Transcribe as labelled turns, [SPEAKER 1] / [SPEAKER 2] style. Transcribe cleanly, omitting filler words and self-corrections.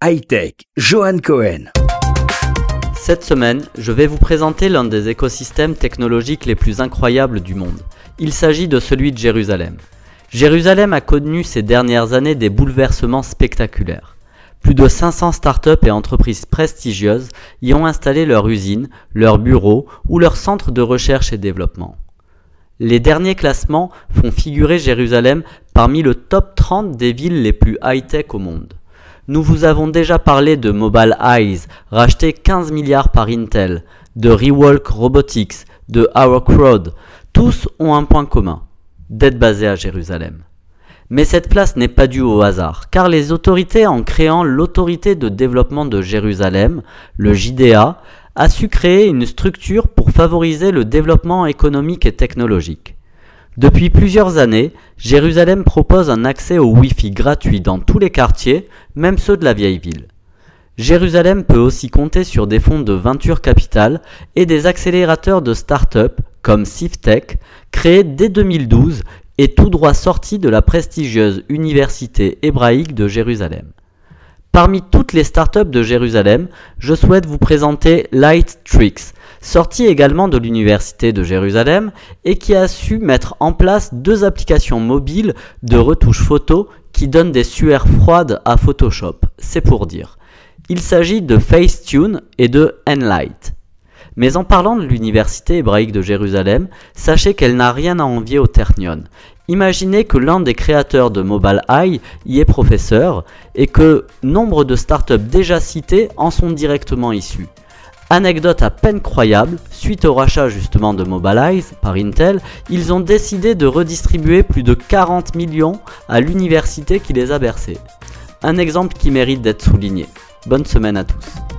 [SPEAKER 1] High-Tech, Johan Cohen.
[SPEAKER 2] Cette semaine, je vais vous présenter l'un des écosystèmes technologiques les plus incroyables du monde. Il s'agit de celui de Jérusalem. Jérusalem a connu ces dernières années des bouleversements spectaculaires. Plus de 500 startups et entreprises prestigieuses y ont installé leurs usines, leurs bureaux ou leurs centres de recherche et développement. Les derniers classements font figurer Jérusalem parmi le top 30 des villes les plus high-tech au monde. Nous vous avons déjà parlé de Mobile Eyes, racheté 15 milliards par Intel, de Rewalk Robotics, de Our Crowd. Tous ont un point commun, d'être basés à Jérusalem. Mais cette place n'est pas due au hasard, car les autorités, en créant l'Autorité de développement de Jérusalem, le JDA, a su créer une structure pour favoriser le développement économique et technologique. Depuis plusieurs années, Jérusalem propose un accès au Wi-Fi gratuit dans tous les quartiers, même ceux de la vieille ville. Jérusalem peut aussi compter sur des fonds de venture capital et des accélérateurs de start-up comme Siftech, créés dès 2012 et tout droit sortis de la prestigieuse Université hébraïque de Jérusalem. Parmi toutes les startups de Jérusalem, je souhaite vous présenter Lightricks, sorti également de l'Université de Jérusalem et qui a su mettre en place 2 applications mobiles de retouche photo qui donnent des sueurs froides à Photoshop, c'est pour dire. Il s'agit de Facetune et de Enlight. Mais en parlant de l'Université hébraïque de Jérusalem, sachez qu'elle n'a rien à envier au Technion. Imaginez que l'un des créateurs de Mobile Eye y est professeur et que nombre de startups déjà citées en sont directement issues. Anecdote à peine croyable, suite au rachat justement de Mobile Eyes par Intel, ils ont décidé de redistribuer plus de 40 millions à l'université qui les a bercés. Un exemple qui mérite d'être souligné. Bonne semaine à tous.